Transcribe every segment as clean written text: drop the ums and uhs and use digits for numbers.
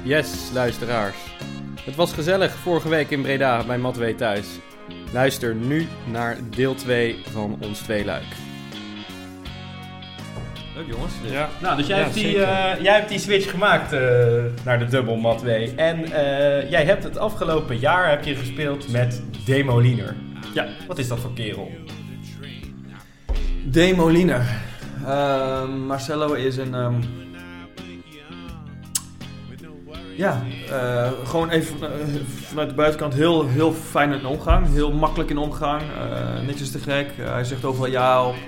Yes, luisteraars. Het was gezellig vorige week in Breda bij Matwee thuis. Luister nu naar deel 2 van ons tweeluik. Leuk jongens. Ja. Nou, dus jij hebt die switch gemaakt naar de dubbel Matwee. En jij hebt het afgelopen jaar heb je gespeeld met Demoliner. Ja. Wat is dat voor kerel? Demoliner. Marcelo is een... gewoon even vanuit de buitenkant heel fijn in omgang. Heel makkelijk in omgang. Niks is te gek. Hij zegt overal ja op.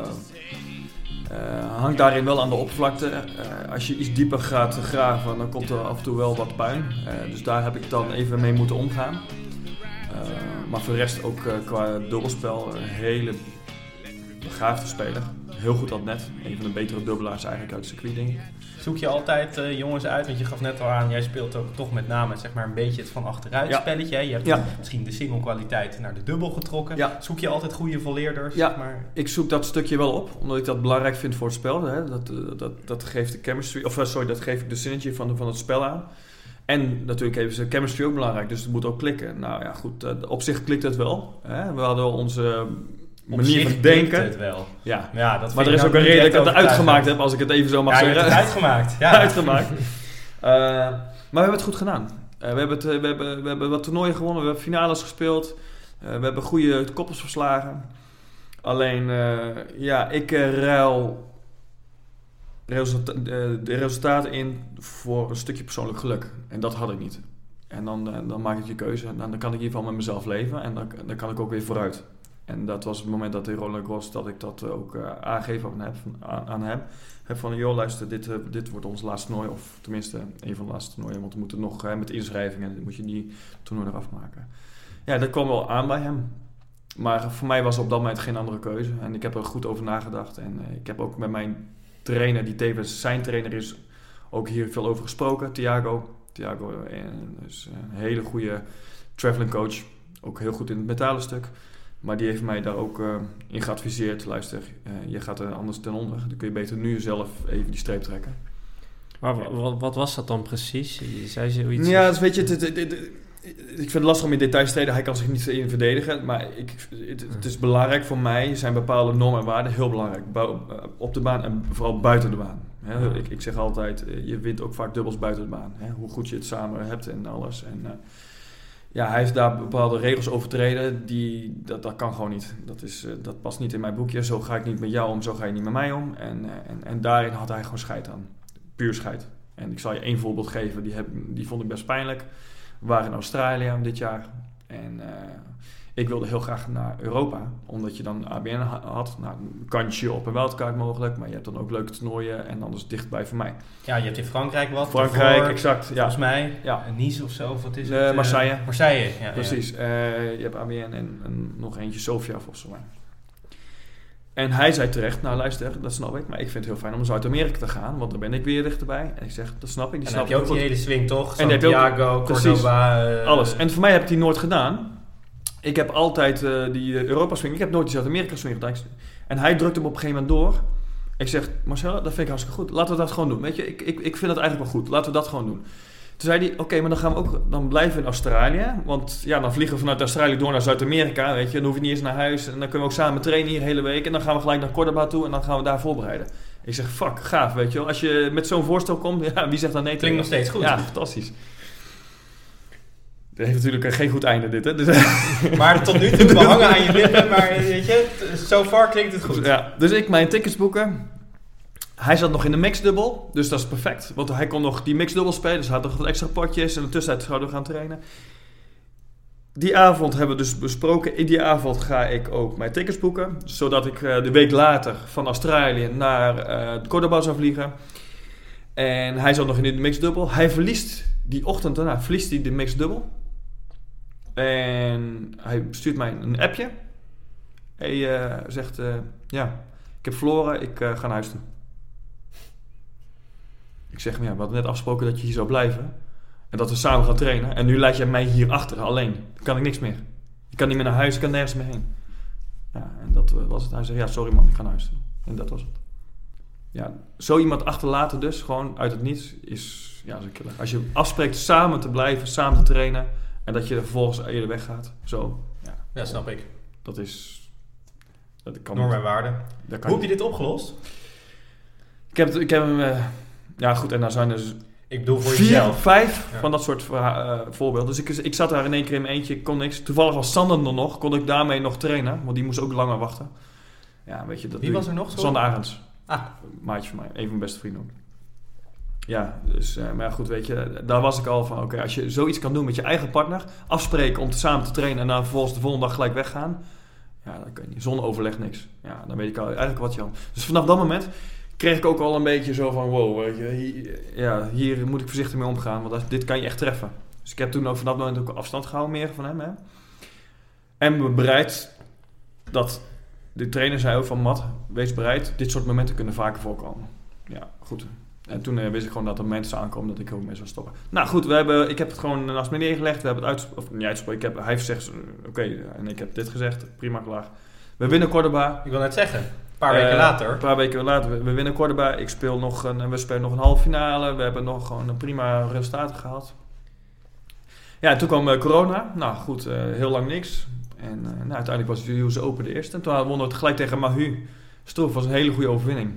Hangt daarin wel aan de oppervlakte. Als je iets dieper gaat graven, dan komt er af en toe wel wat puin. Dus daar heb ik dan even mee moeten omgaan. Maar voor de rest ook qua dubbelspel een hele begaafde speler. Heel goed aan het net. Een van de betere dubbelaars eigenlijk uit het circuit, denk ik. Zoek je altijd jongens uit, want je gaf net al aan, jij speelt ook toch met name zeg maar een beetje het van achteruit spelletje. Je hebt misschien de single kwaliteit naar de dubbel getrokken. Ja. Zoek je altijd goede volleerders? Ja, zeg maar? Ik zoek dat stukje wel op, omdat ik dat belangrijk vind voor het spel. Hè. Dat geeft de chemistry, dat geeft de synergy van het spel aan. En natuurlijk heeft de chemistry ook belangrijk, dus het moet ook klikken. Nou ja, goed, op zich klikt het wel. Hè. We hadden wel onze manier van denken. Het wel. Ja dat maar er is ook een reden dat ik het eruit gemaakt heb, als ik het even zo mag zeggen. Ja, je hebt het uitgemaakt. Ja. Uitgemaakt. Maar we hebben het goed gedaan. We hebben wat toernooien gewonnen, we hebben finales gespeeld. We hebben goede koppels verslagen. Alleen, ik ruil de resultaten in voor een stukje persoonlijk geluk. En dat had ik niet. En dan maak ik je keuze. En dan kan ik hiervan met mezelf leven. En dan kan ik ook weer vooruit. En dat was het moment dat in Roland Garros dat ik dat ook aangegeven aan hem. Heb van, joh luister, dit wordt ons laatste toernooi. Of tenminste, een van de laatste toernooien. Want we moeten nog met inschrijvingen, moet je die toernooi eraf maken. Ja, dat kwam wel aan bij hem. Maar voor mij was op dat moment geen andere keuze. En ik heb er goed over nagedacht. En ik heb ook met mijn trainer, die tevens zijn trainer is, ook hier veel over gesproken. Thiago is een hele goede traveling coach. Ook heel goed in het mentale stuk. Maar die heeft mij daar ook in geadviseerd. Luister, je gaat er anders ten onder. Dan kun je beter nu zelf even die streep trekken. Maar wat was dat dan precies? Je zei zoiets. Ja, dus weet je, ik vind het lastig om in details te treden. Hij kan zich niet in verdedigen. Maar het is belangrijk voor mij. Zijn bepaalde normen en waarden heel belangrijk. Op de baan en vooral buiten de baan. Hè? Ja. Ik zeg altijd, je wint ook vaak dubbels buiten de baan. Hè? Hoe goed je het samen hebt en alles. En hij heeft daar bepaalde regels overtreden. Dat kan gewoon niet. Dat past niet in mijn boekje. Zo ga ik niet met jou om, zo ga je niet met mij om. En daarin had hij gewoon scheid aan. Puur scheid. En ik zal je één voorbeeld geven. Die vond ik best pijnlijk. We waren in Australië dit jaar. En ik wilde heel graag naar Europa. Omdat je dan ABN had. Nou, een kansje op een wildcard mogelijk. Maar je hebt dan ook leuke toernooien. En anders dichtbij voor mij. Ja, je hebt in Frankrijk wat. Frankrijk, exact. Ja. Volgens mij. Ja. Nice of zo. Of wat is het? Marseille. Marseille, ja. Precies. Je hebt ABN en nog eentje Sofia volgens mij. En hij zei terecht, nou luister, dat snap ik. Maar ik vind het heel fijn om naar Zuid-Amerika te gaan. Want dan ben ik weer dichterbij. En ik zeg, dat snap ik. En dan heb je ook die hele swing toch? En Santiago, Cordoba. Alles. En voor mij heb ik die nooit gedaan. Ik heb altijd die Europa swing. Ik heb nooit die Zuid-Amerika swing gedaan. En hij drukt hem op een gegeven moment door. Ik zeg, Marcelo, dat vind ik hartstikke goed. Laten we dat gewoon doen. Weet je, ik vind dat eigenlijk wel goed. Laten we dat gewoon doen. Toen zei hij, oké, maar dan blijven we in Australië. Want ja, dan vliegen we vanuit Australië door naar Zuid-Amerika, weet je. Dan hoef je niet eens naar huis. En dan kunnen we ook samen trainen hier de hele week. En dan gaan we gelijk naar Cordoba toe en dan gaan we daar voorbereiden. Ik zeg, fuck, gaaf, weet je wel. Als je met zo'n voorstel komt, ja, wie zegt dan nee? Klinkt nog steeds goed. Ja, fantastisch. Het heeft natuurlijk geen goed einde dit, hè. Dus maar tot nu toe, we hangen aan je lippen. Maar weet je, so far klinkt het goed. Ja, dus ik mijn tickets boeken. Hij zat nog in de mixdubbel, dus dat is perfect. Want hij kon nog die mixdubbel spelen, dus hij had nog wat extra potjes. En in de tussentijd zouden we gaan trainen. Die avond hebben we dus besproken. In die avond ga ik ook mijn tickets boeken. Zodat ik de week later van Australië naar Cordoba zou vliegen. En hij zat nog in de mixdubbel. Hij verliest die ochtend daarna de mixdubbel. En hij stuurt mij een appje. Hij zegt, ik heb verloren, ik ga naar huis toe. Ik zeg, we hadden net afgesproken dat je hier zou blijven. En dat we samen gaan trainen. En nu laat jij mij hier achter, alleen. Dan kan ik niks meer. Ik kan niet meer naar huis, ik kan nergens meer heen. Ja, en dat was het. Hij zei, ja, sorry man, ik ga naar huis toe. En dat was het. zo iemand achterlaten dus, gewoon uit het niets, is een killer. Als je afspreekt samen te blijven, samen te trainen en dat je er vervolgens eerder weggaat. Zo. Ja, snap ik. Dat is... Dat kan norm en waarde. Hoe heb je dit opgelost? Ik heb hem... goed, en dan zijn er dus... Ik bedoel voor jezelf. 5 van dat soort voorbeelden. Dus ik zat daar in één keer in mijn eentje, ik kon niks. Toevallig was Sander er nog, kon ik daarmee nog trainen. Want die moest ook langer wachten. Ja, weet je, Wie was er nog? Sander Arends. Ah. Maatje van mij, een van mijn beste vrienden ook. Ja, dus, maar goed, weet je, daar was ik al van, oké, als je zoiets kan doen met je eigen partner, afspreken om samen te trainen en dan vervolgens de volgende dag gelijk weggaan, dan kun je zonder overleg niks. Ja, dan weet ik al eigenlijk wat je aan. Dus vanaf dat moment kreeg ik ook al een beetje zo van, wow, weet je, hier moet ik voorzichtig mee omgaan, want dit kan je echt treffen. Dus ik heb toen ook vanaf dat moment ook afstand gehouden meer van hem. Hè. En ben bereid dat de trainer zei ook van, Matt, wees bereid, dit soort momenten kunnen vaker voorkomen. Ja, goed. En toen wist ik gewoon dat er momenten zou aankomen dat ik ook mee zou stoppen. Nou goed, ik heb het gewoon naast me neergelegd. We hebben het uitgesproken. Hij heeft gezegd, oké, en ik heb dit gezegd. Prima, klaar. We winnen Cordoba. Ik wil net zeggen, een paar weken later. Een paar weken later, we winnen Cordoba. We spelen nog een halve finale. We hebben nog gewoon een prima resultaten gehaald. Ja, en toen kwam corona. Nou goed, heel lang niks. En uiteindelijk was de US Open de eerste. En toen wonnen we het gelijk tegen Mahu. Stroef was een hele goede overwinning.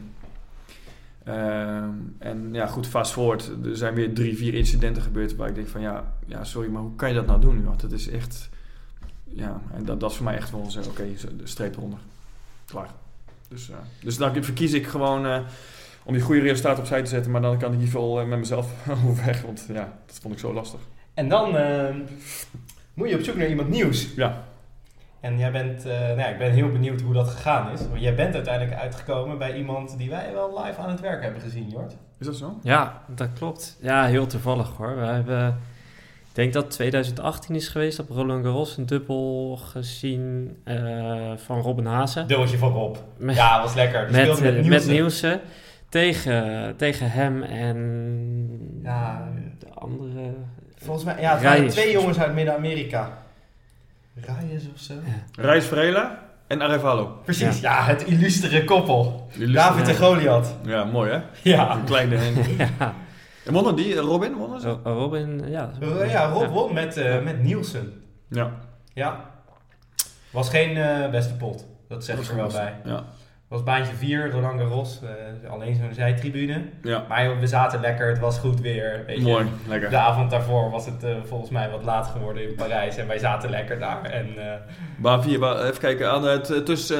En ja, goed, fast forward. Er zijn weer 3-4 incidenten gebeurd waar ik denk van ja, sorry, maar hoe kan je dat nou doen? Want het is echt, en dat is voor mij echt wel zo, oké, de streep eronder. Klaar. Dus dan verkies ik gewoon om die goede resultaten opzij te zetten, maar dan kan ik hier veel met mezelf overweg, want dat vond ik zo lastig. En dan moet je op zoek naar iemand nieuws. Ja. En jij bent, ik ben heel benieuwd hoe dat gegaan is. Want jij bent uiteindelijk uitgekomen bij iemand die wij wel live aan het werk hebben gezien, Jort. Is dat zo? Ja, dat klopt. Ja, heel toevallig hoor. We hebben, ik denk dat 2018 is geweest, op Roland Garros een dubbel gezien van Robin Haase. Dubbeltje van Rob. Ja, was lekker. Die met Nielsen. Tegen hem en de andere... Volgens mij, het waren 2 jongens uit Midden-Amerika. Reyes of zo? Ja. Reyes Varela en Arevalo. Precies, het illustere koppel. David en Goliath. Ja, mooi hè? Ja. Een kleine hen. Ja. En wonnen die? Robin? Wonnen ze? Robin, ja. Rob won met Nielsen. Ja. Ja. Was geen beste pot. Dat zeg ik er wel bij. Ja. Was baantje 4, Roland Garros. Alleen zo'n zijtribune. Ja. Maar we zaten lekker, het was goed weer. Weet mooi, je. Lekker. De avond daarvoor was het volgens mij wat laat geworden in Parijs. En wij zaten lekker daar. En, baan 4, even kijken. Aan het tussen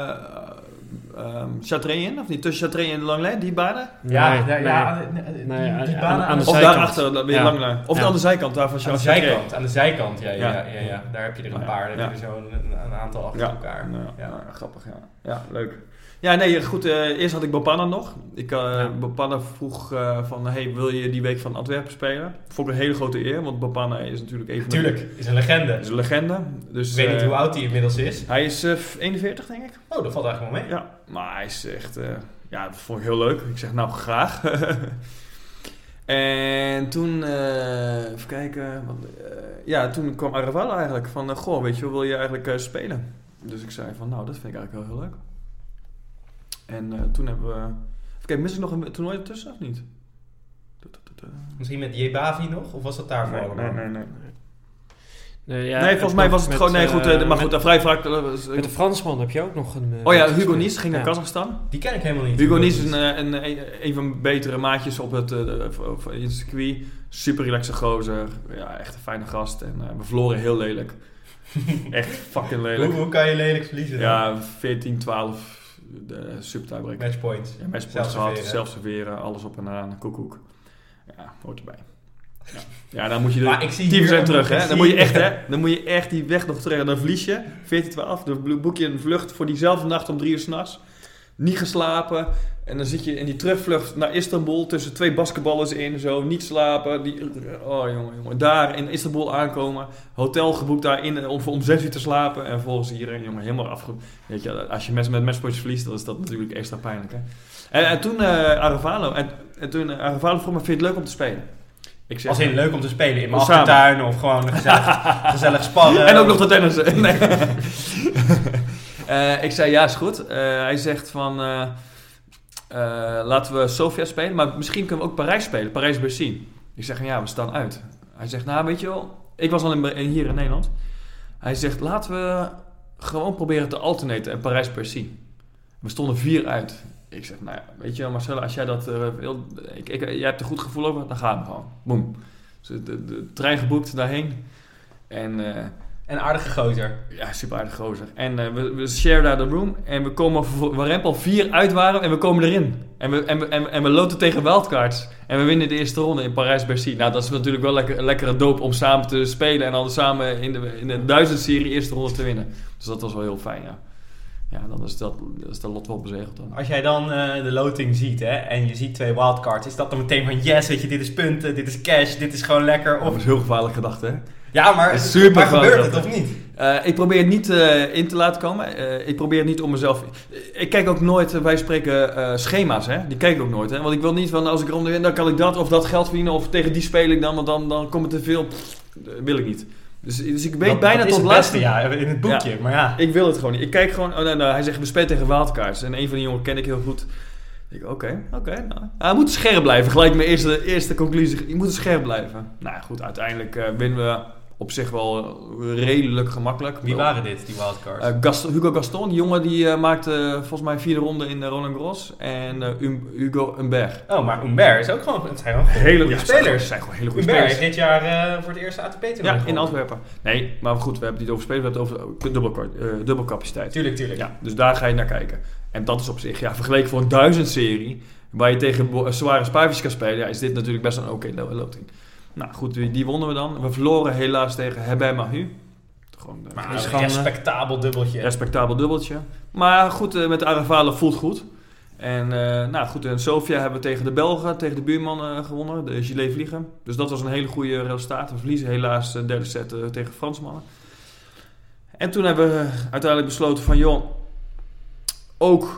Châtrain, of niet? Tussen Châtrain en Langley, die banen? Die banen aan de zijkant. Of daarachter, weer Langley. Of aan de zijkant, daar van Châtrain. Aan de zijkant, ja. Daar heb je er een paar. Daar heb je er zo een aantal achter elkaar. Grappig, ja. Leuk. Ja, nee, goed. Eerst had ik Bopanna nog. Bopanna vroeg van, hey, wil je die week van Antwerpen spelen? Vond ik een hele grote eer, want Bopanna is natuurlijk even... Tuurlijk, is een legende. Is een legende. Dus, ik weet niet hoe oud hij inmiddels is. Hij is 41, denk ik. Oh, dat valt eigenlijk wel mee. Ja, maar hij is echt... dat vond ik heel leuk. Ik zeg, nou, graag. En toen... even kijken... toen kwam Arevalo eigenlijk van... goh, weet je, wil je eigenlijk spelen? Dus ik zei van, nou, dat vind ik eigenlijk wel heel leuk. En toen hebben we... Even kijken, mis ik nog een toernooi ertussen of niet? Misschien met Jebavi nog? Of was dat daarvoor allemaal? Nee. Volgens mij was het gewoon... Nee, goed, maar goed, vrij vaak... Met de Fransman heb je ook nog een... Hugo Nies ging naar Kazachstan. Die ken ik helemaal niet. Hugo Nies is een van de betere maatjes op het circuit. Super relaxe gozer. Ja, echt een fijne gast. En we verloren heel lelijk. Echt fucking lelijk. Hoe kan je lelijk verliezen? Ja, 14-12... De subtiebreak. Matchpoint. Ja, matchpoint gehad, zelf serveren, alles op en aan, koekoek. Ja, hoort erbij. Ja, dan moet je de 10% terug, hè. Dan moet je echt, hè. Dan moet je echt die weg nog terug. En dan verlies je, 14-12, dan boek je een vlucht voor diezelfde nacht om 3 uur 's nachts. Niet geslapen. En dan zit je in die terugvlucht naar Istanbul tussen 2 basketballers in, zo, niet slapen. Oh jongen. Daar in Istanbul aankomen, hotel geboekt daarin om 6 uur te slapen. En volgens hier, jongen, helemaal afgelopen. Weet je, als je met matchpoints verliest, dan is dat natuurlijk extra pijnlijk, hè. En toen Arevalo, en toen Arevalo vroeg me, vind je het leuk om te spelen? Ik zeg, als in leuk om te spelen in mijn achtertuin of gewoon gezellig sparren. En ook nog te tennissen. Nee. Ik zei, ja, is goed. Hij zegt van... laten we Sofia spelen, maar misschien kunnen we ook Parijs spelen, Parijs-Bercy. Ik zeg, ja, we staan uit. Hij zegt, nou, weet je wel, ik was al hier in Nederland. Hij zegt, laten we gewoon proberen te alternaten en Parijs-Bercy. We stonden 4 uit. Ik zeg, nou ja, weet je wel, Marcelo, als jij dat wil, jij hebt er goed gevoel over, dan gaan we gewoon. Boom. Dus de trein geboekt daarheen. En aardige gozer. Ja, super aardige gozer. En we share daar de room. En we komen, waar Rempel 4 uit waren en we komen erin. En we loten tegen wildcards. En we winnen de eerste ronde in Parijs-Bercy. Nou, dat is natuurlijk wel een lekkere doop om samen te spelen. En dan samen in de 1000-serie eerste ronde te winnen. Dus dat was wel heel fijn, ja. Ja, dan is de lot wel bezegeld dan. Als jij dan de loting ziet, hè, en je ziet 2 wildcards, is dat dan meteen van yes, weet je, dit is punten, dit is cash, dit is gewoon lekker? Of... Dat is heel gevaarlijk gedachte, hè? Ja, maar gebeurt het of niet? Ik probeer het niet in te laten komen. Ik probeer het niet om mezelf... Ik kijk ook nooit, wij spreken schema's, hè? Die kijk ik ook nooit, hè? Want ik wil niet van, als ik eronder win, dan kan ik dat of dat geld verdienen, of tegen die speel ik dan, want dan komt het te veel. Wil ik niet. Dus ik weet bijna tot laatste. Ja, in het boekje, ja, maar ja. Ik wil het gewoon niet. Ik kijk gewoon... hij zegt, we spelen tegen wildcards. En een van die jongen ken ik heel goed. Ik denk, oké. Nou. Hij moet scherp blijven. Gelijk mijn eerste conclusie. Je moet scherp blijven. Nou goed, uiteindelijk winnen we op zich wel redelijk gemakkelijk. Wie waren dit, die wildcards? Hugo Gaston, die jongen die maakte volgens mij 4e ronde in Roland Garros. En Hugo Humbert. Oh, maar Humbert is ook gewoon... Het zijn gewoon hele goede spelers. Het zijn gewoon hele goede spelers. spelers. Dit jaar voor het eerste ATP-toernooi. Ja, in Antwerpen. Nee, maar goed, we hebben het niet over spelen. We hebben het over dubbelcapaciteit. Tuurlijk. Ja, dus daar ga je naar kijken. En dat is op zich, ja, vergeleken voor een 1000-serie... waar je tegen zware Pavic kan spelen... Ja, is dit natuurlijk best een oké loting. Nou goed, die wonnen we dan. We verloren helaas tegen Herbert Mahut. Maar een respectabel dubbeltje. Respectabel dubbeltje. Maar goed, met de Arevalo voelt goed. En nou goed, in Sofia hebben we tegen de Belgen, tegen de buurman gewonnen. De Gilet Vliegen. Dus dat was een hele goede resultaat. We verliezen helaas de derde set tegen Fransmannen. En toen hebben we uiteindelijk besloten van... joh, ook...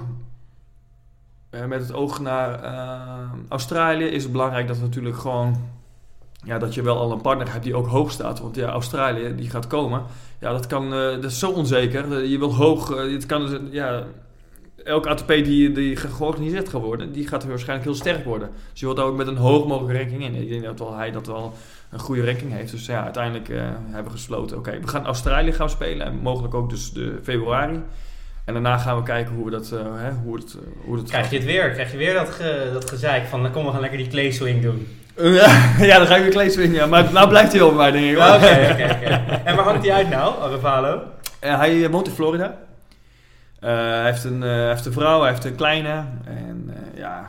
met het oog naar Australië is het belangrijk dat we natuurlijk gewoon... Ja, dat je wel al een partner hebt die ook hoog staat. Want ja, Australië, die gaat komen. Ja, dat is zo onzeker. Je wil hoog... het kan, ja, elke ATP die georganiseerd gaat worden, die gaat waarschijnlijk heel sterk worden. Dus je wilt daar ook met een hoog mogelijke ranking in. Ik denk dat hij wel een goede ranking heeft. Dus ja, uiteindelijk hebben we gesloten. Oké, we gaan Australië gaan spelen. En mogelijk ook dus de februari. En daarna gaan we kijken hoe we dat hoe het Krijg je weer dat gezeik van... kom, we gaan lekker die clay swing doen. Ja, dan ga ik weer clay swing. Ja. Maar nou blijft hij wel bij mij, denk ik. Oké. En waar hangt hij uit nou, Arevalo? Hij woont in Florida. Hij heeft een vrouw, hij heeft een kleine. En ja,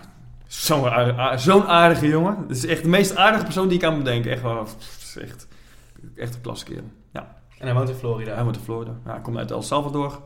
zo'n aardige jongen. Het is echt de meest aardige persoon die ik kan bedenken. Echt wel, echt een klasse kerel. Ja. En hij woont in Florida? Hij woont in Florida. Ja, hij komt uit El Salvador.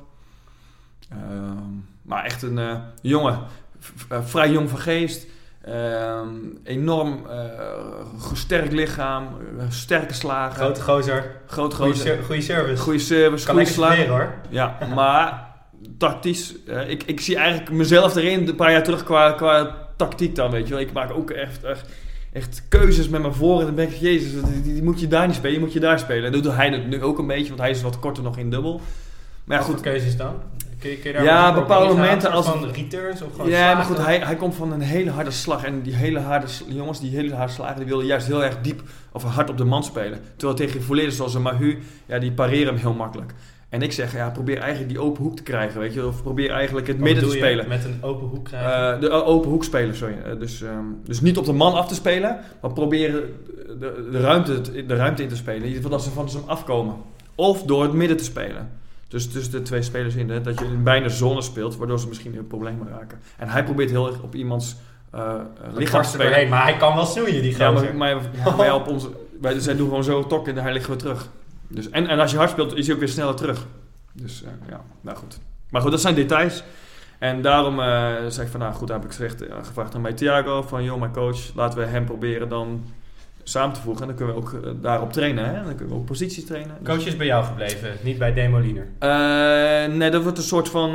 Maar echt een jongen, vrij jong van geest. Enorm sterk lichaam, sterke slagen. Grote gozer. Goede service. Kan lekker slagen hoor. Ja, maar tactisch. Ik zie eigenlijk mezelf erin een paar jaar terug qua tactiek dan, weet je wel. Ik maak ook echt keuzes met mijn voor en dan denk ik, jezus, die moet je daar niet spelen, die moet je daar spelen. En dat doet hij nu ook een beetje, want hij is wat korter nog in dubbel. Maar ja, goed. Wat voor keuzes dan? Kun je daar ja, bepaalde momenten als van returns of gewoon ja, slagen? Maar goed, hij komt van een hele harde slag en die hele harde jongens, die hele harde slagen, die willen juist heel erg diep of hard op de man spelen. Terwijl tegen volledig zoals een Mahut, ja, die pareren hem heel makkelijk. En ik zeg, ja, probeer eigenlijk die open hoek te krijgen, weet je, of probeer eigenlijk het midden te spelen. Met een open hoek krijgen? De open hoek spelen, sorry. Dus niet op de man af te spelen, maar proberen de ruimte in te spelen, dat ze van hem afkomen. Of door het midden te spelen. Dus tussen de twee spelers in, dat je in bijna zone speelt, waardoor ze misschien in problemen raken. En hij probeert heel erg op iemands lichaam te spelen. Maar hij kan wel snoeien, die gozer. Ja, maar op onze, zij doen gewoon zo tok en hij ligt weer terug. Dus, en als je hard speelt, is hij ook weer sneller terug. Dus ja, nou goed. Maar goed, dat zijn details. En daarom zeg ik van, nou goed, heb ik gevraagd aan mij Thiago, van joh, mijn coach, laten we hem proberen dan samen te voegen. En dan kunnen we ook daarop trainen. Hè? Dan kunnen we ook posities trainen. Coach is bij jou gebleven, niet bij Demoliner? Nee, dat wordt een soort van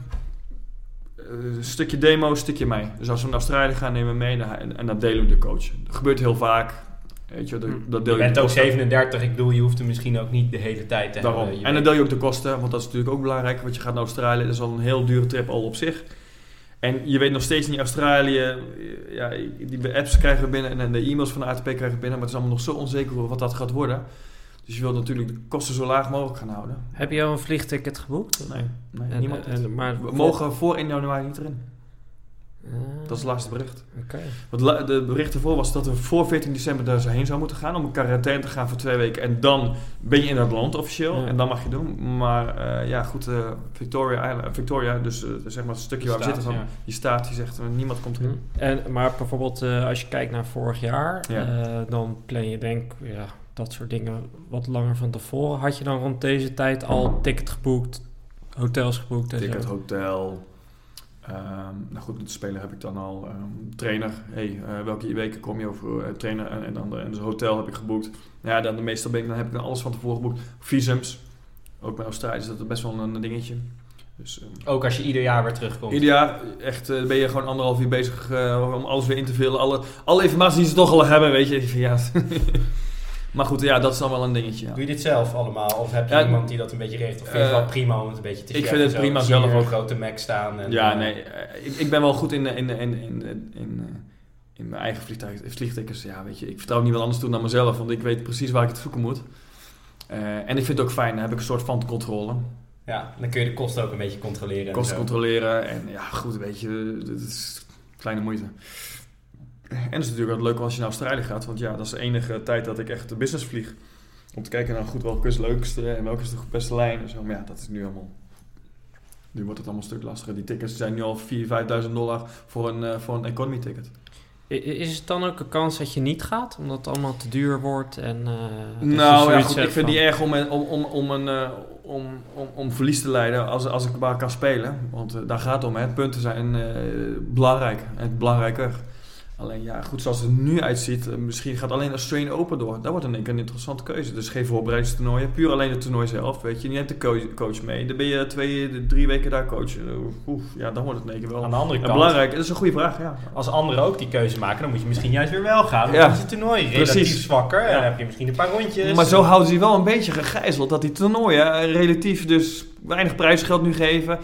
stukje demo, een stukje mij. Dus als we naar Australië gaan, nemen we mee en dan delen we de coach. Dat gebeurt heel vaak. Weet je, dat deel je bent ook 37, ik bedoel, je hoeft hem misschien ook niet de hele tijd te daarom. Hebben. En dan deel je ook de kosten, want dat is natuurlijk ook belangrijk. Want je gaat naar Australië, dat is al een heel dure trip al op zich. En je weet nog steeds niet, Australië, die apps krijgen we binnen en de e-mails van de ATP krijgen we binnen, maar het is allemaal nog zo onzeker wat dat gaat worden. Dus je wilt natuurlijk de kosten zo laag mogelijk gaan houden. Heb je al een vliegticket geboekt? Nee, niemand. Maar we mogen voor 1 januari niet erin. Dat is het laatste bericht. Okay. Want de bericht ervoor was dat we voor 14 december daar heen zou moeten gaan om in quarantaine te gaan voor 2 weken. En dan ben je in dat land officieel en dan mag je doen. Maar Victoria, dus zeg maar het stukje waar we zitten van die staat, die zegt niemand komt erin. Maar bijvoorbeeld als je kijkt naar vorig jaar, dan plan je denk dat soort dingen wat langer van tevoren. Had je dan rond deze tijd al ticket geboekt, hotels geboekt? Ticket, hotel. Nou goed, met de speler heb ik dan al trainer. Welke weken kom je over trainer en dan het hotel heb ik geboekt. Ja, dan meestal heb ik dan alles van tevoren geboekt. Visums. Ook bij Australië is dat best wel een dingetje. Dus, ook als je ieder jaar weer terugkomt. Ieder jaar echt ben je gewoon 1,5 uur bezig om alles weer in te vullen. Alle informatie die ze toch al hebben, weet je. Ja. Maar goed, dat is dan wel een dingetje. Ja. Doe je dit zelf allemaal? Of heb je iemand die dat een beetje regelt? Of vind je het wel prima om het een beetje te checken? Ik vind het prima zelf ook. Een grote Mac staan. En, ik ben wel goed in mijn eigen vliegtickets. Ja, weet je, ik vertrouw niet wat anders toe dan mezelf, want ik weet precies waar ik het zoeken moet. En ik vind het ook fijn, dan heb ik een soort van controle. Ja, dan kun je de kosten ook een beetje controleren. Kosten controleren en goed, weet je, dat is kleine moeite. En het is natuurlijk wel leuk als je naar Australië gaat, want dat is de enige tijd dat ik echt de business vlieg. Om te kijken naar welke is het leukste en welke is de beste lijn en zo. Maar dat is nu allemaal. Nu wordt het allemaal een stuk lastiger. Die tickets zijn nu al $4.000-5.000 voor een economy ticket. Is het dan ook een kans dat je niet gaat, omdat het allemaal te duur wordt? En, ik vind die erg om verlies te leiden als ik maar kan spelen. Want daar gaat het om. Hè. Punten zijn belangrijk en belangrijker. Alleen zoals het er nu uitziet, misschien gaat alleen Australian Open door. Dat wordt in één keer een interessante keuze. Dus geen voorbereidingstoernooien, puur alleen het toernooi zelf. Weet je, je hebt de coach mee. Dan ben je 2-3 weken daar coach. Dan wordt het in één keer wel. Aan de andere kant, belangrijk. Dat is een goede vraag. Ja. Als anderen ook die keuze maken, dan moet je misschien juist weer wel gaan. Dan is het toernooi relatief zwakker. En dan heb je misschien een paar rondjes. Maar zo houden ze je wel een beetje gegijzeld dat die toernooien relatief dus weinig prijzengeld nu geven.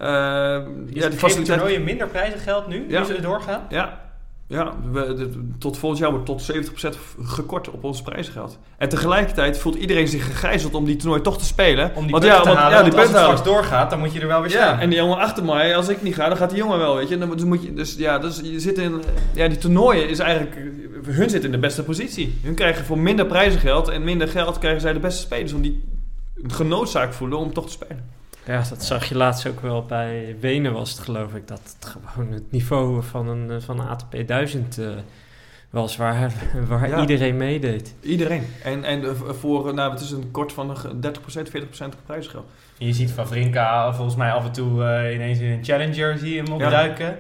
Geven toernooien minder prijzengeld nu ze doorgaan? Ja, tot volgend jaar wordt tot 70% gekort op ons prijzengeld. En tegelijkertijd voelt iedereen zich gegijzeld om die toernooi toch te spelen. Om die punten te halen, want als het straks doorgaat, dan moet je er wel weer staan. Ja, en die jongen achter mij, als ik niet ga, dan gaat die jongen wel, weet je. Dan moet je, dus je zit in. Ja, die toernooien is eigenlijk. Hun zitten in de beste positie. Hun krijgen voor minder prijzengeld en minder geld krijgen zij de beste spelers om die genoodzaakt voelen om toch te spelen. Ja, dat zag je laatst ook wel bij Wenen was het geloof ik. Dat het gewoon het niveau van een ATP 1000 was waar iedereen meedeed. Iedereen. En voor, het is een kort van 30%, 40% prijsgeld. Je ziet Wawrinka volgens mij af en toe ineens in een challenger zie je hem opduiken.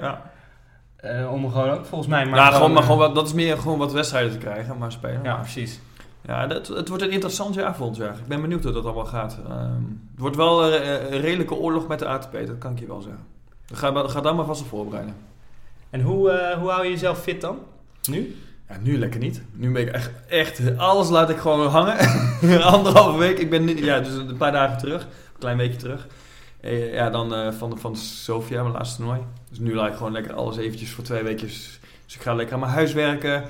Om gewoon ook volgens mij... dat is meer gewoon wat wedstrijden te krijgen, maar spelen. Ja, precies. Ja, het wordt een interessant jaar volgend jaar. Ik ben benieuwd hoe dat allemaal gaat. Het wordt wel een redelijke oorlog met de ATP, dat kan ik je wel zeggen. Ga daar maar vast op voorbereiden. En hoe hou je jezelf fit dan? Nu? Ja, nu lekker niet. Nu ben ik echt alles laat ik gewoon hangen. 1,5 week. Ik ben dus een paar dagen terug. Een klein weekje terug. Dan van Sofia, mijn laatste toernooi. Dus nu laat ik gewoon lekker alles eventjes voor 2 weekjes. Dus ik ga lekker aan mijn huis werken.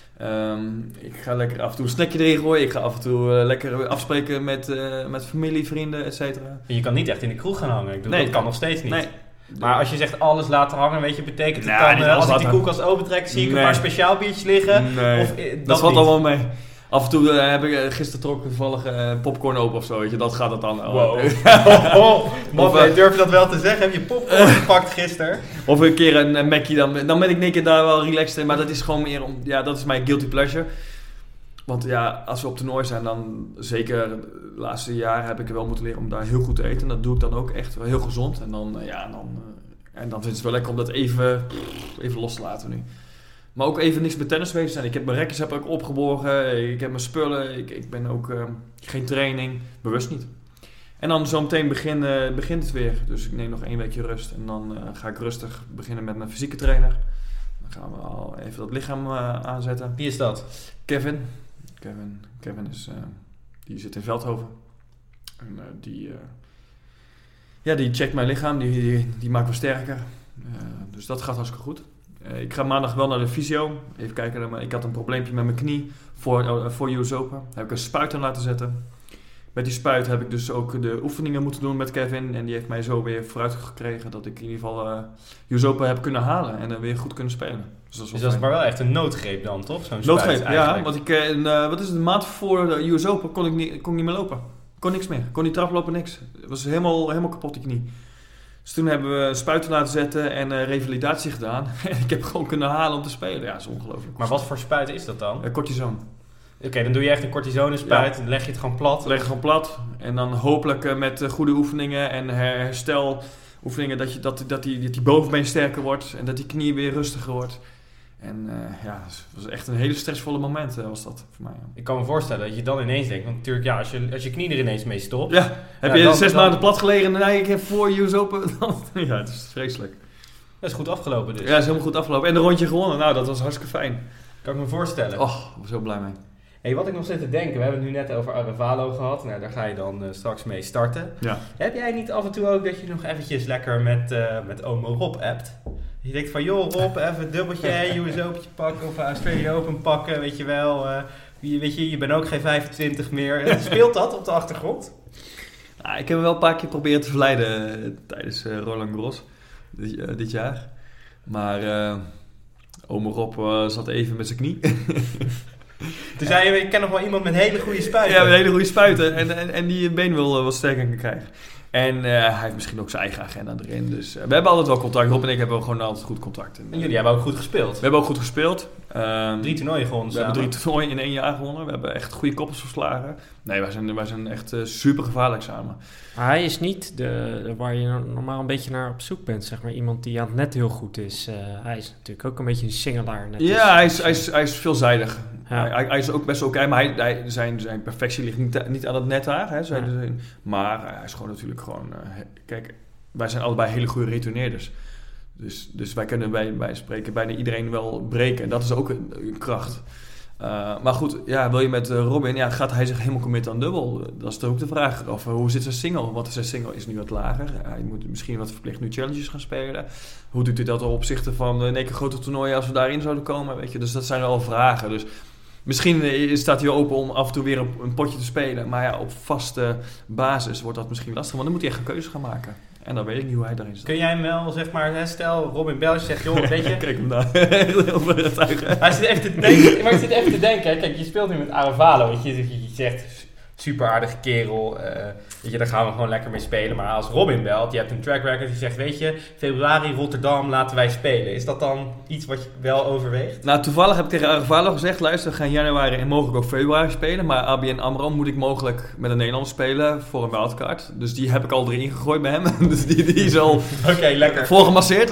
Ik ga lekker af en toe een snackje erin gooien. Ik ga af en toe lekker afspreken met familie, vrienden, et cetera. Je kan niet echt in de kroeg gaan hangen. Dat kan nog steeds niet. Nee. Maar als je zegt alles laten hangen, weet je, betekent het dan... als ik die koelkast opentrek, zie ik een paar speciaal biertjes liggen? Nee, of, dat valt allemaal mee. Af en toe heb ik gisteren toevallig popcorn open of zo, weet je. Dat gaat het dan. Wow. Durf je dat wel te zeggen? Heb je popcorn gepakt gisteren? Of een keer een Mackie, dan ben ik een keer daar wel relaxed in. Maar dat is gewoon meer dat is mijn guilty pleasure. Want als we op toernooi zijn, dan zeker de laatste jaren heb ik er wel moeten leren om daar heel goed te eten. En dat doe ik dan ook echt wel heel gezond. En dan vind het wel lekker om dat even los te laten nu. Maar ook even niks met tennis bezig zijn. Ik heb mijn rekjes opgeborgen. Ik heb mijn spullen. Ik ben ook geen training. Bewust niet. En dan zometeen begint het weer. Dus ik neem nog 1 weekje rust. En dan ga ik rustig beginnen met mijn fysieke trainer. Dan gaan we al even dat lichaam aanzetten. Wie is dat? Kevin is... die zit in Veldhoven. En die checkt mijn lichaam. Die maakt me sterker. Dus dat gaat hartstikke goed. Ik ga maandag wel naar de fysio. Even kijken, ik had een probleempje met mijn knie voor US Open. Heb ik een spuit aan laten zetten. Met die spuit heb ik dus ook de oefeningen moeten doen met Kevin. En die heeft mij zo weer vooruit gekregen dat ik in ieder geval US Open heb kunnen halen. En weer goed kunnen spelen. Dus dat is maar wel echt een noodgreep dan, toch? Zo'n noodgreep, spuit, ja. Want ik, een maand voor de US Open kon ik niet meer lopen. Kon niks meer. Kon niet traplopen, niks. Het was helemaal kapot, die knie. Dus toen hebben we spuiten laten zetten en revalidatie gedaan. En ik heb gewoon kunnen halen om te spelen. Ja, dat is ongelooflijk. Maar wat voor spuit is dat dan? Cortison. Oké, dan doe je echt een cortisonenspuit. Dan leg je het gewoon plat. Leg je gewoon plat. En dan hopelijk met goede oefeningen en hersteloefeningen dat die bovenbeen sterker wordt. En dat die knie weer rustiger wordt. En het was echt een hele stressvolle moment was dat voor mij. Ja. Ik kan me voorstellen dat je dan ineens denkt, want natuurlijk als je knie er ineens mee stopt. Ja, heb je 6 maanden plat gelegen en ik heb voor US Open. Ja, het is vreselijk. Dat is goed afgelopen dus. Ja, dat is helemaal goed afgelopen. En een rondje gewonnen, nou dat was hartstikke fijn. Kan ik me voorstellen. Oh, ik ben zo blij mee. Hey, wat ik nog zit te denken, we hebben het nu net over Arevalo gehad. Nou, daar ga je dan straks mee starten. Ja. Heb jij niet af en toe ook dat je nog eventjes lekker met Omo Rob appt? Je denkt van, joh Rob, even een dubbeltje, US Opentje pakken of Australian Open pakken, weet je wel. Je bent ook geen 25 meer. Speelt dat op de achtergrond? Nou, ik heb hem wel een paar keer proberen te verleiden tijdens Roland Garros dit jaar. Maar Omo Rob zat even met zijn knie. Toen zei je, ik ken nog wel iemand met hele goede spuiten. Ja, met hele goede spuiten. En die een been wil wat sterker kan krijgen. En hij heeft misschien ook zijn eigen agenda erin. Dus we hebben altijd wel contact. Rob en ik hebben gewoon altijd goed contact. En jullie hebben ook goed gespeeld. We hebben ook goed gespeeld. 3 toernooien gewonnen. We hebben 3 toernooien in 1 jaar gewonnen. We hebben echt goede koppels verslagen. Nee, wij zijn echt super gevaarlijk samen. Maar hij is niet waar je normaal een beetje naar op zoek bent. Zeg maar iemand die aan het net heel goed is. Hij is natuurlijk ook een beetje een singelaar. Ja, hij is veelzijdig. Ja. Hij is ook best oké, maar zijn perfectie ligt niet aan het net daar. Hè, maar hij is gewoon natuurlijk gewoon... kijk, wij zijn allebei hele goede retourneerders. Dus wij kunnen bij spreken bijna iedereen wel breken. En dat is ook een kracht. Maar goed, wil je met Robin, gaat hij zich helemaal committen aan dubbel? Dat is ook de vraag. Of hoe zit zijn single? Want zijn single is nu wat lager. Hij moet misschien wat verplicht nu challenges gaan spelen. Hoe doet hij dat op opzichte van een keer grote toernooien als we daarin zouden komen? Weet je? Dus dat zijn wel vragen. Dus misschien staat hij open om af en toe weer een potje te spelen. Maar op vaste basis wordt dat misschien lastig. Want dan moet hij echt een keuze gaan maken. En dan weet ik niet hoe hij daarin staat. Kun jij hem wel, zeg maar, stel Robin Belge zegt, joh, weet je... Kijk hem daar, heel overtuigend. Hij zit even te denken, maar ik zit even te denken, kijk, je speelt nu met Arevalo, weet je zegt, super aardige kerel, weet je, daar gaan we gewoon lekker mee spelen. Maar als Robin belt, je hebt een track record, die zegt, weet je, februari, Rotterdam, laten wij spelen. Is dat dan iets wat je wel overweegt? Nou, toevallig heb ik tegen Arevalo gezegd, luister, we gaan januari en mogelijk ook februari spelen. Maar ABN AMRO moet ik mogelijk met een Nederlander spelen voor een wildcard. Dus die heb ik al erin gegooid bij hem. Dus die is al lekker voorgemasseerd.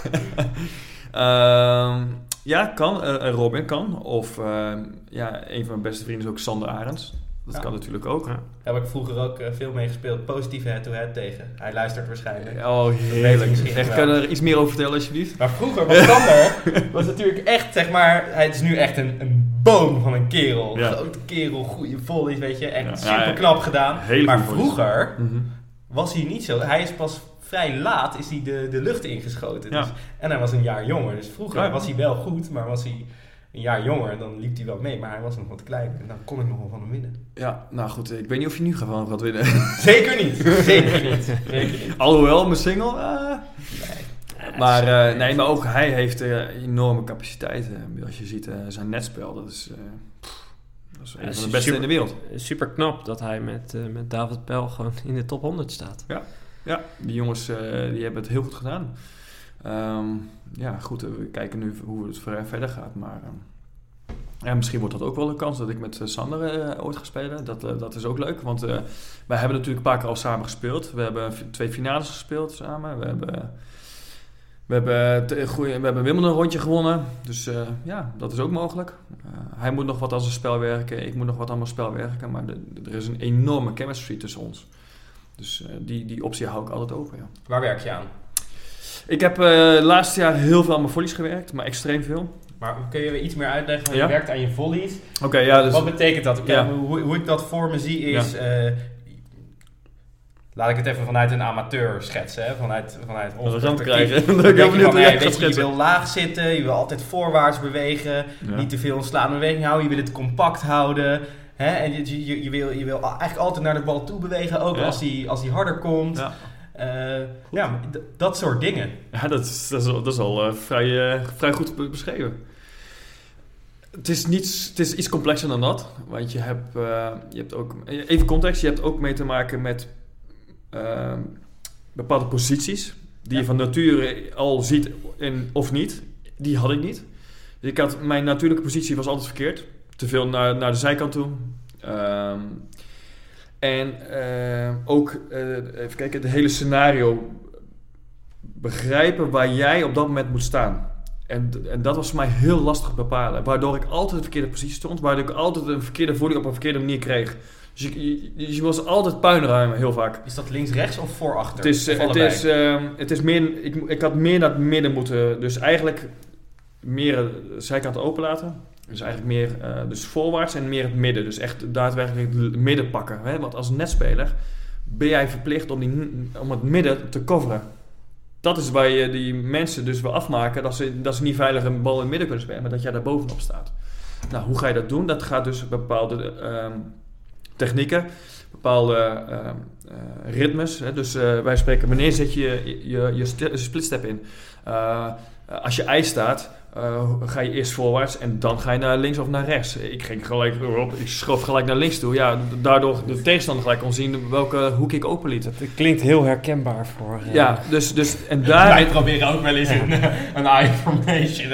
Ja, kan. Robin kan. Of een van mijn beste vrienden is ook Sander Arends. Dat kan natuurlijk ook. Ja. Daar heb ik vroeger ook veel mee gespeeld. Positieve head-to-head tegen. Hij luistert waarschijnlijk. Oh, heerlijk. Echt, kan je er iets meer over vertellen alsjeblieft? Maar vroeger was Sander was natuurlijk echt, zeg maar... Hij is nu echt een boom van een kerel. Ja. Grote kerel, goede volleys, weet je. Echt super knap gedaan. Maar vroeger was hij niet zo. Hij is pas vrij laat is hij de lucht ingeschoten. Dus, en hij was een jaar jonger. Dus vroeger was hij wel goed, maar was hij... een jaar jonger, dan liep hij wel mee, maar hij was nog wat kleiner. En dan kon ik nog wel van hem winnen. Ja, nou goed, ik weet niet of je nu van gaat winnen. Zeker niet. Zeker niet. Alhoewel, mijn single... Nee. Maar ook hij heeft enorme capaciteiten. Als je ziet zijn netspel, dat is een van de beste in de wereld. Super knap dat hij met David Pel gewoon in de top 100 staat. Ja, die jongens die hebben het heel goed gedaan. Goed, we kijken nu hoe het verder gaat, maar misschien wordt dat ook wel een kans dat ik met Sander ooit ga spelen. Dat is ook leuk, want wij hebben natuurlijk een paar keer al samen gespeeld. We hebben 2 finales gespeeld samen. We hebben Wimbledon een rondje gewonnen, dus dat is ook mogelijk. Hij moet nog wat aan zijn spel werken, ik moet nog wat aan mijn spel werken, maar er is een enorme chemistry tussen ons. Dus die optie hou ik altijd open, ja. Waar werk je aan? Ik heb laatste jaar heel veel aan mijn volleys gewerkt, maar extreem veel. Maar kun je iets meer uitleggen van je werkt aan je volleys? Dus, wat betekent dat? Hoe ik dat voor me zie is... Laat ik het even vanuit een amateur schetsen. Hè? Vanuit ons perspectief. Je wil laag zitten, je wil altijd voorwaarts bewegen. Ja. Niet te veel een slaande beweging houden. Je wil het compact houden. Hè? En je wil eigenlijk altijd naar de bal toe bewegen. Ook als die harder komt. Ja. Dat soort dingen. Ja, dat is al vrij goed beschreven. Het is iets complexer dan dat. Want je hebt ook... Even context. Je hebt ook mee te maken met... bepaalde posities die je van nature al ziet of niet. Die had ik niet. Mijn natuurlijke positie was altijd verkeerd. Te veel naar de zijkant toe. Ook even kijken, het hele scenario begrijpen waar jij op dat moment moet staan. En dat was voor mij heel lastig bepalen. Waardoor ik altijd de verkeerde positie stond. Waardoor ik altijd een verkeerde voeding op een verkeerde manier kreeg. Dus je was altijd puinruimen, heel vaak. Is dat links-rechts of voor-achter? Het is meer... Ik had meer naar het midden moeten... Dus eigenlijk meer de zijkant open laten. Dus eigenlijk meer dus voorwaarts en meer het midden. Dus echt daadwerkelijk het midden pakken. Hè? Want als netspeler ben jij verplicht om het midden te coveren. Dat is waar je die mensen dus wil afmaken... dat ze niet veilig een bal in het midden kunnen spelen... maar dat jij daar bovenop staat. Nou, hoe ga je dat doen? Dat gaat dus bepaalde... technieken, bepaalde ritmes. Hè? Dus wij spreken, wanneer zet je splitstep in? Als je ijs staat, ga je eerst voorwaarts en dan ga je naar links of naar rechts. Ik schoof gelijk naar links toe. Ja, daardoor de tegenstander gelijk kon zien welke hoek ik openliet. Het klinkt heel herkenbaar voor... Ja, dus en daar... Wij proberen ook wel eens een eye formation.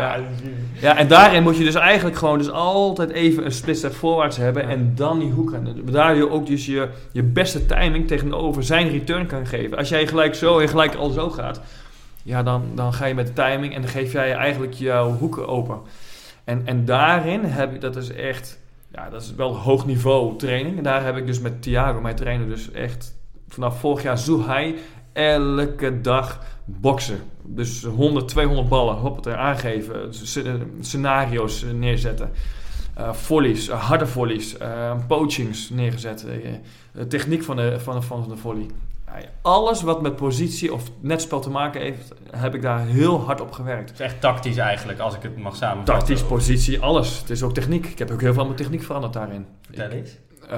Ja, en daarin moet je dus eigenlijk gewoon dus altijd even een splitstep voorwaarts hebben en dan die hoek rennen. Daar je ook dus je beste timing tegenover zijn return kan geven. Als jij gelijk zo en gelijk al zo gaat, ja, dan ga je met de timing en dan geef jij eigenlijk jouw hoeken open. En daarin heb ik, dat is echt, ja, dat is wel hoog niveau training. En daar heb ik dus met Thiago, mijn trainer, dus echt vanaf vorig jaar Zuhai elke dag boksen. Dus 100, 200 ballen, hoppatee, aangeven, scenario's neerzetten. Volleys, harde volleys, poachings neergezet. Techniek van de volley. Alles wat met positie of netspel te maken heeft, heb ik daar heel hard op gewerkt. Het is echt tactisch eigenlijk, als ik het mag samenvatten. Tactisch, positie, alles. Het is ook techniek. Ik heb ook heel veel mijn techniek veranderd daarin. Vertel eens.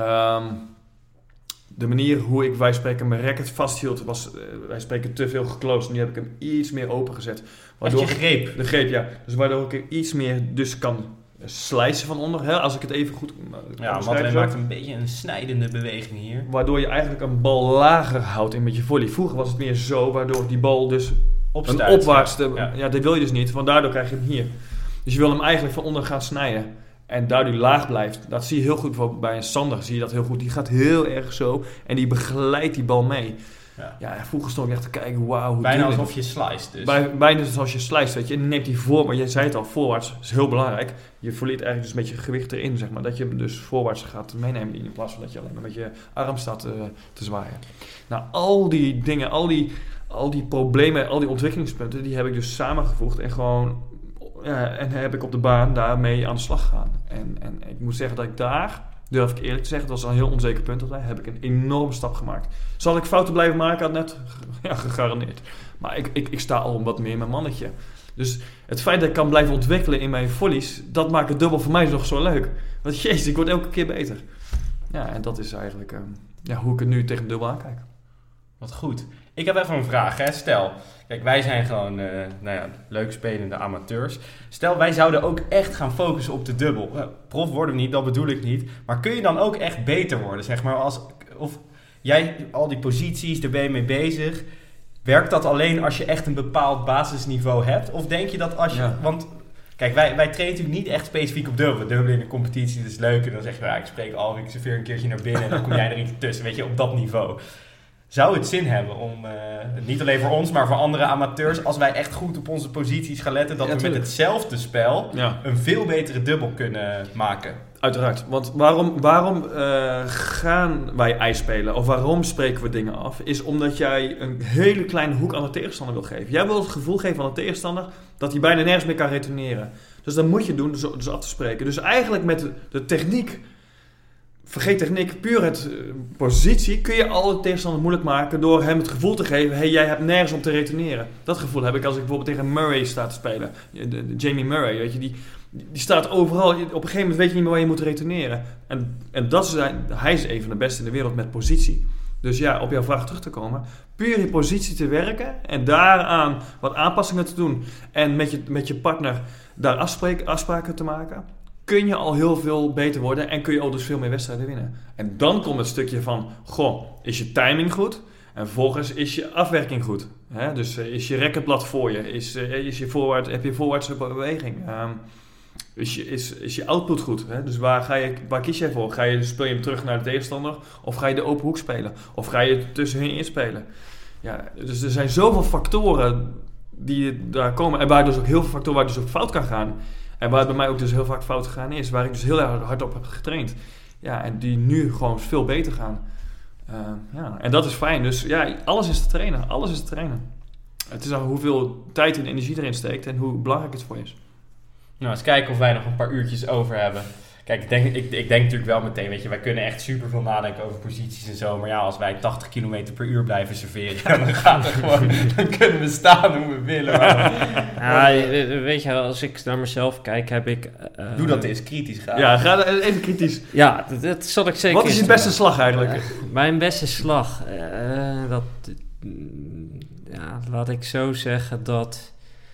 De manier hoe ik, wij spreken, mijn racket vasthield, was, wij spreken, te veel geclosed. Nu heb ik hem iets meer opengezet. Waardoor je greep? De greep, ja. Dus waardoor ik iets meer dus kan slicen van onder. Hè? Als ik het even goed Madeleine maakt een beetje een snijdende beweging hier. Waardoor je eigenlijk een bal lager houdt in met je volley. Vroeger was het meer zo, waardoor die bal dus een opwaarts... Ja, dat wil je dus niet, want daardoor krijg je hem hier. Dus je wil hem eigenlijk van onder gaan snijden. En daardoor die laag blijft. Dat zie je heel goed bijvoorbeeld bij een Sander. Zie je dat heel goed. Die gaat heel erg zo. En die begeleidt die bal mee. Ja, vroeger stond ik echt te kijken. Wauw. Bijna alsof je sliced. Dus. Bijna zoals je sliced. Weet je. En dan neemt hij voor. Maar je zei het al. Voorwaarts is heel belangrijk. Je verliet eigenlijk dus een beetje gewicht erin. Zeg maar. Dat je hem dus voorwaarts gaat meenemen. In plaats van dat je alleen maar met je arm staat te zwaaien. Nou, al die dingen. Al die problemen. Al die ontwikkelingspunten. Die heb ik dus samengevoegd. En gewoon... en heb ik op de baan daarmee aan de slag gegaan. En ik moet zeggen dat ik daar, durf ik eerlijk te zeggen, dat was een heel onzeker punt altijd, heb ik een enorme stap gemaakt. Zal ik fouten blijven maken? Had net gegarandeerd. Maar ik sta al wat meer mijn mannetje. Dus het feit dat ik kan blijven ontwikkelen in mijn volleys, dat maakt het dubbel voor mij nog zo leuk. Want jezus, ik word elke keer beter. Ja, en dat is eigenlijk hoe ik het nu tegen dubbel aankijk. Wat goed. Ik heb even een vraag. Hè. Stel, kijk, wij zijn gewoon leuk spelende amateurs. Stel, wij zouden ook echt gaan focussen op de dubbel. Prof worden we niet, dat bedoel ik niet. Maar kun je dan ook echt beter worden? Zeg maar, of jij al die posities, daar ben je mee bezig. Werkt dat alleen als je echt een bepaald basisniveau hebt? Of denk je dat als je... Ja. Want kijk, wij trainen natuurlijk niet echt specifiek op dubbel. Dubbel in de competitie, dat is leuk. En dan zeg je, ik spreek al, ik serveer een keertje naar binnen. En dan kom jij er eentje tussen, weet je, op dat niveau. Zou het zin hebben om, niet alleen voor ons, maar voor andere amateurs, als wij echt goed op onze posities gaan letten, dat we met hetzelfde spel een veel betere dubbel kunnen maken? Uiteraard. Want waarom gaan wij ijs spelen? Of waarom spreken we dingen af? Is omdat jij een hele kleine hoek aan de tegenstander wil geven. Jij wil het gevoel geven aan de tegenstander dat hij bijna nergens meer kan retourneren. Dus dat moet je doen, dus af te spreken. Dus eigenlijk met de techniek vergeet techniek, puur het positie, kun je alle tegenstander moeilijk maken door hem het gevoel te geven, hey, jij hebt nergens om te retourneren. Dat gevoel heb ik als ik bijvoorbeeld tegen Murray sta te spelen. Jamie Murray, weet je, die staat overal. Op een gegeven moment weet je niet meer waar je moet retourneren. En dat is, hij is een van de beste in de wereld met positie. Dus ja, op jouw vraag terug te komen. Puur je positie te werken en daaraan wat aanpassingen te doen. En met je partner daar afspraken te maken. Kun je al heel veel beter worden en kun je al dus veel meer wedstrijden winnen. En dan komt het stukje van, is je timing goed? En vervolgens is je afwerking goed. Hè? Dus is je rekkenblad voor je? Heb je voorwaartse beweging? Is je output goed? Hè? Dus waar kies jij voor? Speel je hem terug naar de tegenstander? Of ga je de open hoek spelen? Of ga je tussenin inspelen? Ja, dus er zijn zoveel factoren die daar komen. En waar dus ook heel veel factoren waar dus ook fout kan gaan. En waar het bij mij ook dus heel vaak fout gegaan is. Waar ik dus heel erg hard op heb getraind. Ja, en die nu gewoon veel beter gaan. En dat is fijn. Dus ja, alles is te trainen. Alles is te trainen. Het is al hoeveel tijd en energie erin steekt. En hoe belangrijk het voor je is. Nou, eens kijken of wij nog een paar uurtjes over hebben. Kijk, ik denk natuurlijk wel meteen, weet je, wij kunnen echt super veel nadenken over posities en zo. Maar ja, als wij 80 km per uur blijven serveren, dan gaat het gewoon, dan kunnen we staan hoe we willen. Weet je, als ik naar mezelf kijk, heb ik... Doe dat eens kritisch graag. Ja, ga even kritisch. Ja, dat zal ik zeker. Wat is je beste slag eigenlijk? Mijn beste slag? Laat ik zo zeggen dat...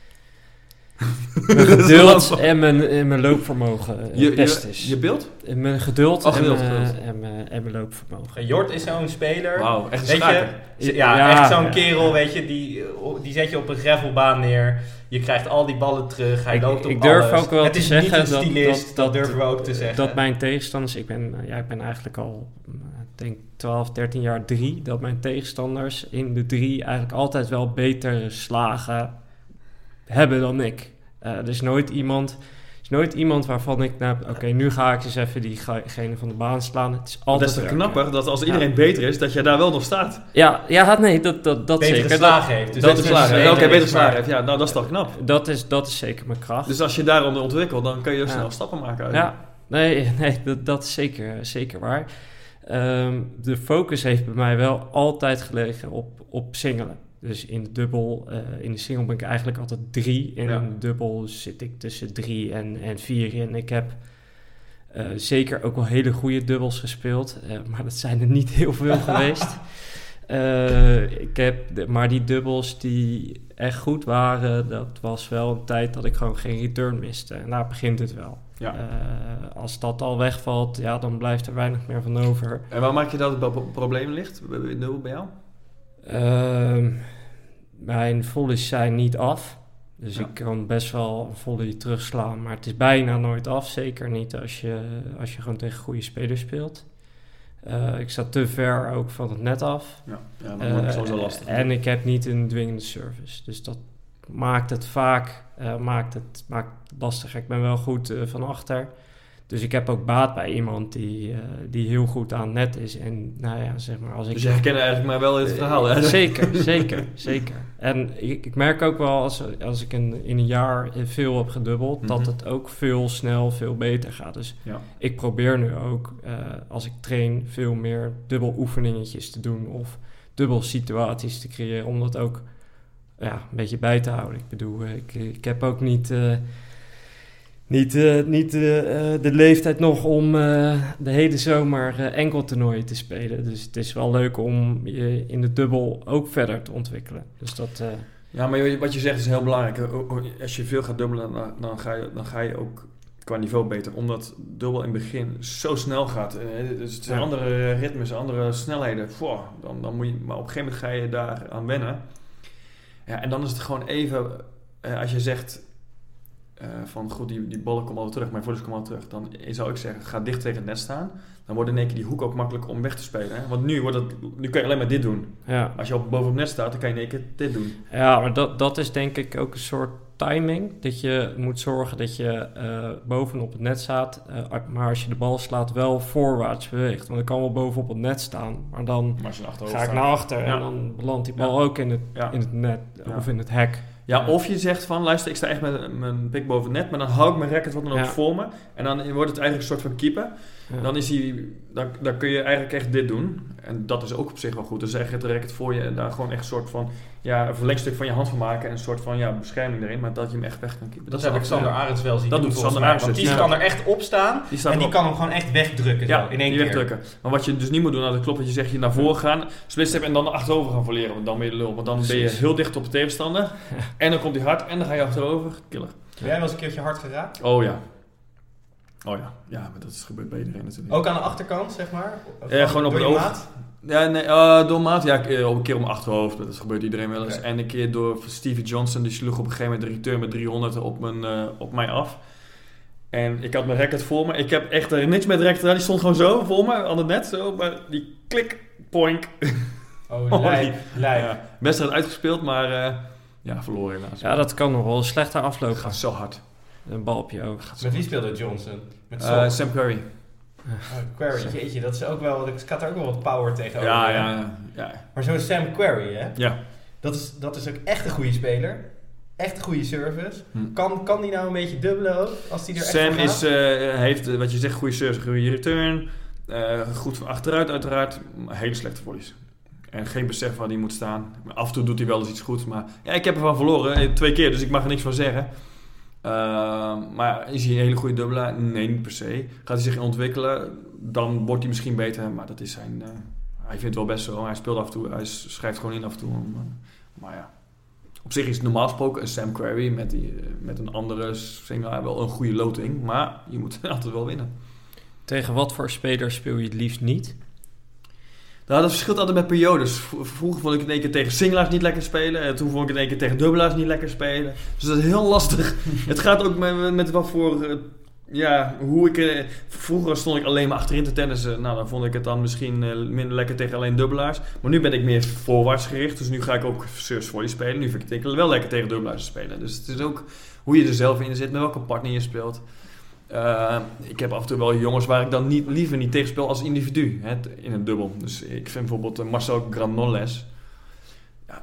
Mijn geduld en mijn loopvermogen het best is. Je beeld? Mijn geduld en mijn loopvermogen. Jort is zo'n speler. Wauw, echt een schaker. Echt zo'n kerel, weet je, die zet je op een gravelbaan neer. Je krijgt al die ballen terug. Hij loopt op ik durf alles. Ook wel het te is zeggen niet een stylist, dat durven we ook te zeggen. Dat mijn tegenstanders... Ik ben eigenlijk al, denk 12, 13 jaar 3. Dat mijn tegenstanders in de 3 eigenlijk altijd wel betere slagen hebben dan ik. Er is nooit iemand waarvan ik... nu ga ik eens even diegene van de baan slaan. Het is altijd dat is knapper dat als iedereen beter is, dat jij daar wel nog staat. Dat betere zeker. Slagen heeft. Dus betere slagen heeft. Ja, nou, dat is toch knap. Dat is zeker mijn kracht. Dus als je daaronder ontwikkelt, dan kun je snel stappen maken. Ja, nee, dat is zeker waar. De focus heeft bij mij wel altijd gelegen op singelen. Dus in de dubbel, in de single ben ik eigenlijk altijd 3. En in de dubbel zit ik tussen 3 en 4 in. Ik heb zeker ook wel hele goede dubbels gespeeld. Maar dat zijn er niet heel veel geweest. Maar die dubbels die echt goed waren, dat was wel een tijd dat ik gewoon geen return miste. En daar begint het wel. Ja. Als dat al wegvalt, dan blijft er weinig meer van over. En waar maak je dat het probleem ligt bij jou? Mijn volleys zijn niet af. Dus ik kan best wel een volley terugslaan. Maar het is bijna nooit af. Zeker niet als je gewoon tegen goede spelers speelt. Ik sta te ver ook van het net af. Ja, dat wordt sowieso lastig. En ik heb niet een dwingende service. Dus dat maakt het vaak maakt lastig. Ik ben wel goed van achter. Dus ik heb ook baat bij iemand die heel goed aan het net is. En zeg maar... Dus je herkent eigenlijk maar wel het verhaal, hè? Zeker. En ik merk ook wel als ik in een jaar veel heb gedubbeld... dat het ook snel veel beter gaat. Dus ik probeer nu ook, als ik train, veel meer dubbeloefeningetjes te doen... of dubbelsituaties te creëren, om dat ook een beetje bij te houden. Ik bedoel, ik heb ook niet de leeftijd nog om de hele zomer enkeltoernooien te spelen. Dus het is wel leuk om je in de dubbel ook verder te ontwikkelen. Dus dat... Ja, maar wat je zegt is heel belangrijk. Als je veel gaat dubbelen, dan ga je ook qua niveau beter. Omdat dubbel in het begin zo snel gaat. Dus het zijn andere ritmes, andere snelheden. Dan moet je, maar op een gegeven moment ga je daar aan wennen. Ja, en dan is het gewoon even... als je zegt... van goed, die ballen komen al terug, mijn volleys komen al terug. Dan zou ik zeggen, ga dicht tegen het net staan. Dan wordt in één keer die hoek ook makkelijk om weg te spelen. Hè? Want nu kan je alleen maar dit doen. Ja. Als je boven het net staat, dan kan je in één keer dit doen. Ja, maar dat is denk ik ook een soort timing. Dat je moet zorgen dat je bovenop het net staat. Maar als je de bal slaat, wel voorwaarts beweegt. Want ik kan wel bovenop het net staan. Maar dan ga ik naar achter. En dan belandt die bal ook in het net of in het hek. Ja, of je zegt van, luister, ik sta echt met mijn pik boven het net, maar dan hou ik mijn racket wat dan ook voor me. En dan wordt het eigenlijk een soort van keeper. dan kun je eigenlijk echt dit doen. En dat is ook op zich wel goed. Dus echt het racket voor je en daar gewoon echt een soort van een verlengstuk van je hand van maken en een soort van bescherming erin, maar dat je hem echt weg kan keepen. Dat heb ik Sander Arends wel zien doen. Dat doet Sander Arends. Want die kan er echt op staan en die kan hem gewoon echt wegdrukken in één keer. Wegdrukken. Maar wat je dus niet moet doen, dat klopt wat je zegt, je naar voren gaan, splitstep en dan naar achterover gaan verleren, want dan ben je de lul. Want dan ben je heel dicht op de tegenstander en dan komt hij hard en dan ga je achterover. Killer. Heb jij wel eens een keertje hard geraakt? Oh ja. Ja, maar dat is gebeurd bij iedereen natuurlijk. Ook aan de achterkant, zeg maar? Gewoon op het oog. Ja, nee, door maat. Ja, een keer op mijn achterhoofd. Dat gebeurt iedereen wel eens. Okay. En een keer door Stevie Johnson. Die sloeg op een gegeven moment de return met 300 op mij af. En ik had mijn racket voor me. Ik heb echt niks met racket gedaan. Die stond gewoon zo voor me aan het net. Zo, maar die klik, poink. Lijp. Ja, wedstrijd uitgespeeld, maar verloren helaas. Ja, dat kan nog wel slechter aflopen. Het gaat zo hard. Een bal op je oog. Met wie speelde Johnson? Met Sam Querrey. Querrey, jeetje, dat is ook wel, ik had er ook wel wat power tegenover. Ja. Maar zo'n Sam Querrey, hè? Ja. Dat is ook echt een goede speler. Echt een goede service. Kan die nou een beetje dubbelen ook? Als die er Sam heeft, wat je zegt, goede service, goede return. Goed van achteruit uiteraard. Hele slechte volleys. En geen besef waar hij moet staan. Af en toe doet hij wel eens iets goeds. Maar ik heb ervan verloren. 2 keer, dus ik mag er niks van zeggen. Maar is hij een hele goede dubbelaar? Nee, niet per se. Gaat hij zich ontwikkelen, dan wordt hij misschien beter. Maar dat is zijn... hij vindt het wel best zo. Hij speelt af en toe. Hij schrijft gewoon in af en toe. Maar ja. Op zich is het normaal gesproken een Sam Querrey met een andere singelaar wel een goede loting. Maar je moet altijd wel winnen. Tegen wat voor speler speel je het liefst niet? Nou, dat verschilt altijd met periodes. Vroeger vond ik het in één keer tegen singelaars niet lekker spelen. En toen vond ik het in één keer tegen dubbelaars niet lekker spelen. Dus dat is heel lastig. Het gaat ook met wat voor... hoe ik... vroeger stond ik alleen maar achterin te tennissen. Nou, dan vond ik het dan misschien minder lekker tegen alleen dubbelaars. Maar nu ben ik meer voorwaarts gericht. Dus nu ga ik ook service volley spelen. Nu vind ik het wel lekker tegen dubbelaars te spelen. Dus het is ook hoe je er zelf in zit. Met welke partner je speelt. Ik heb af en toe wel jongens waar ik dan liever niet tegen speel als individu in een dubbel. Dus ik vind bijvoorbeeld Marcel Granollers. Ja,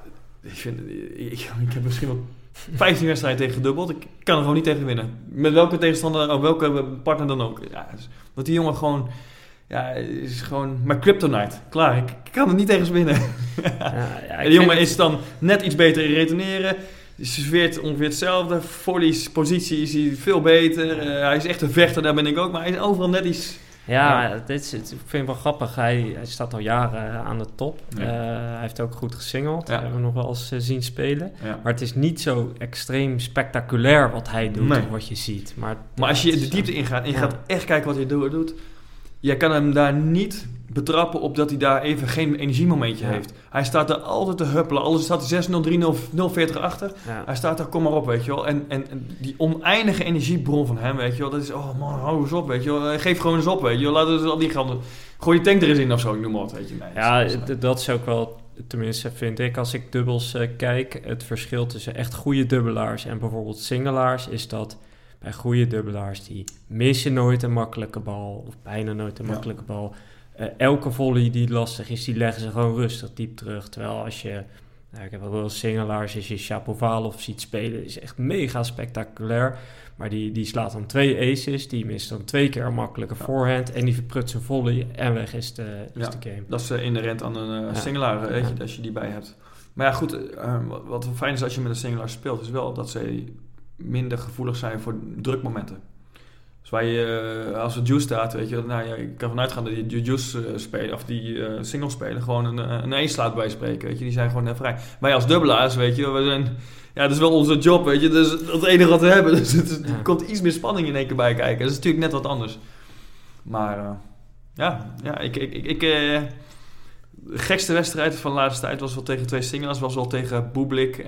ik heb misschien wel 15 wedstrijden tegen gedubbeld. Ik kan er gewoon niet tegen winnen. Met welke tegenstander of welke partner dan ook. Ja, dus, want die jongen gewoon... Ja, is gewoon mijn kryptonite. Klaar, ik kan er niet tegen winnen. Die jongen is dan net iets beter in retourneren. Hij serveert ongeveer hetzelfde. Volleys positie is hij veel beter. Hij is echt een vechter, daar ben ik ook. Maar hij is overal net iets... Ja, ik vind het wel grappig. Hij staat al jaren aan de top. Ja. Hij heeft ook goed gesingeld. Dat hebben we nog wel eens zien spelen. Ja. Maar het is niet zo extreem spectaculair wat hij doet of wat je ziet. Maar als je de diepte ingaat en je gaat echt kijken wat hij doet... Je kan hem daar niet betrappen op dat hij daar even geen energiemomentje heeft. Hij staat er altijd te huppelen. Alles staat er 6-0, 3-0, 0-40 achter. Ja. Hij staat daar, kom maar op, weet je wel. En die oneindige energiebron van hem, weet je wel. Dat is, oh man, hou eens op, weet je wel. Geef gewoon eens op, weet je wel. Laat het al die gaan. Gooi je tank er eens in of zo, ik noem maar wat, weet je. Nee, ja, dat is ook wel, tenminste vind ik, als ik dubbels kijk. Het verschil tussen echt goede dubbelaars en bijvoorbeeld singelaars is dat... Bij goede dubbelaars, die missen nooit een makkelijke bal. Of bijna nooit een makkelijke bal. Elke volley die lastig is, die leggen ze gewoon rustig diep terug. Terwijl als je... ik heb wel singelaars, als je Shapovalov ziet spelen, is echt mega spectaculair. Maar die slaat dan 2 aces, die mist dan 2 keer een makkelijke voorhand. En die verprutst een volley en weg is de game. Dat is inherent aan een singelaar, weet je, als je die bij hebt. Maar ja, goed, wat wel fijn is als je met een singelaar speelt, is wel dat ze... minder gevoelig zijn voor drukmomenten. Dus waar je, als het juice staat, weet je, ik kan vanuit gaan dat die juice spelen, of die single spelen, gewoon een ace slaat bij spreken, weet je, die zijn gewoon net vrij. Wij als dubbelaars, weet je, we zijn, dat is wel onze job, weet je, dus dat is het enige wat we hebben, dus er komt iets meer spanning in één keer bij kijken. Dat is natuurlijk net wat anders. Maar, de gekste wedstrijd van de laatste tijd was wel tegen 2 singles, was wel tegen Bublik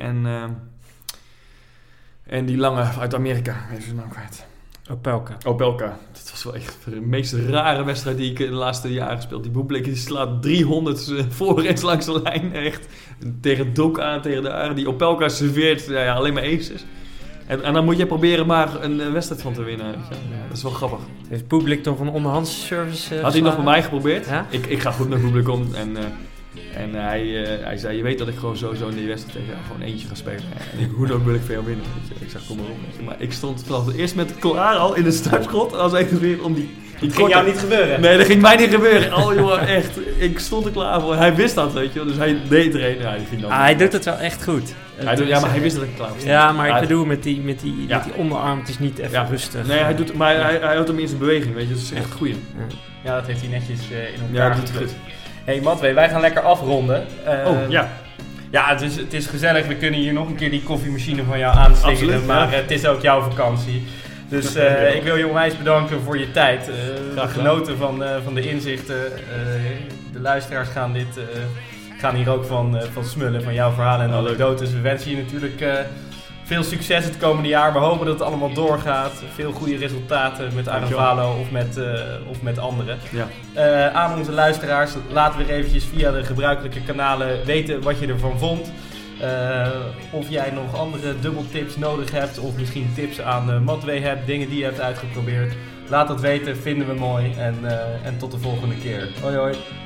en die lange uit Amerika, even zijn naam kwijt. Opelka. Dat was wel echt de meest rare wedstrijd die ik in de laatste jaren gespeeld. Die Bublik die slaat 300 voorrechts langs de lijn. Echt tegen Dok aan, tegen de Aar. Die Opelka serveert alleen maar aces. En dan moet je proberen maar een wedstrijd van te winnen. Ja, dat is wel grappig. Heeft Bublik toch een onderhandse service Had hij nog bij mij geprobeerd? Ja? Ik ga goed met Bublik om. En hij zei, je weet dat ik gewoon sowieso in die wedstrijd tegen jou gewoon eentje ga spelen. En hoe dan ook wil ik van jou winnen. Weet je. Ik zeg, kom maar op. Weet je. Maar ik stond vanaf het eerste moment klaar al in de startschot. Als even weer om die dat ging jou niet gebeuren? Nee, dat ging mij niet gebeuren. Oh jongen, echt. Ik stond er klaar voor. Hij wist dat, weet je. Dus hij deed er een. Ja, hij doet het wel echt goed. Maar hij wist dat ik klaar was. Ja, maar ik bedoel met die onderarm, het is niet even rustig. Nee, hij houdt hem in zijn beweging, weet je. Dat is echt goed. Ja, dat heeft hij netjes in elkaar. Ja, dat doet hij goed. Hey Matwee, wij gaan lekker afronden. Ja. Ja, het is gezellig. We kunnen hier nog een keer die koffiemachine van jou aanslingeren. Maar het is ook jouw vakantie. Dus ik wil je onwijs bedanken voor je tijd. Genoten van de inzichten. De luisteraars gaan hier ook van smullen, van jouw verhalen en anekdotes. We wensen je natuurlijk veel succes het komende jaar. We hopen dat het allemaal doorgaat. Veel goede resultaten met Arevalo of met anderen. Ja. Aan onze luisteraars, laten we eventjes via de gebruikelijke kanalen weten wat je ervan vond. Of jij nog andere dubbeltips nodig hebt of misschien tips aan Matwee hebt, dingen die je hebt uitgeprobeerd. Laat dat weten, vinden we mooi en tot de volgende keer. Hoi hoi.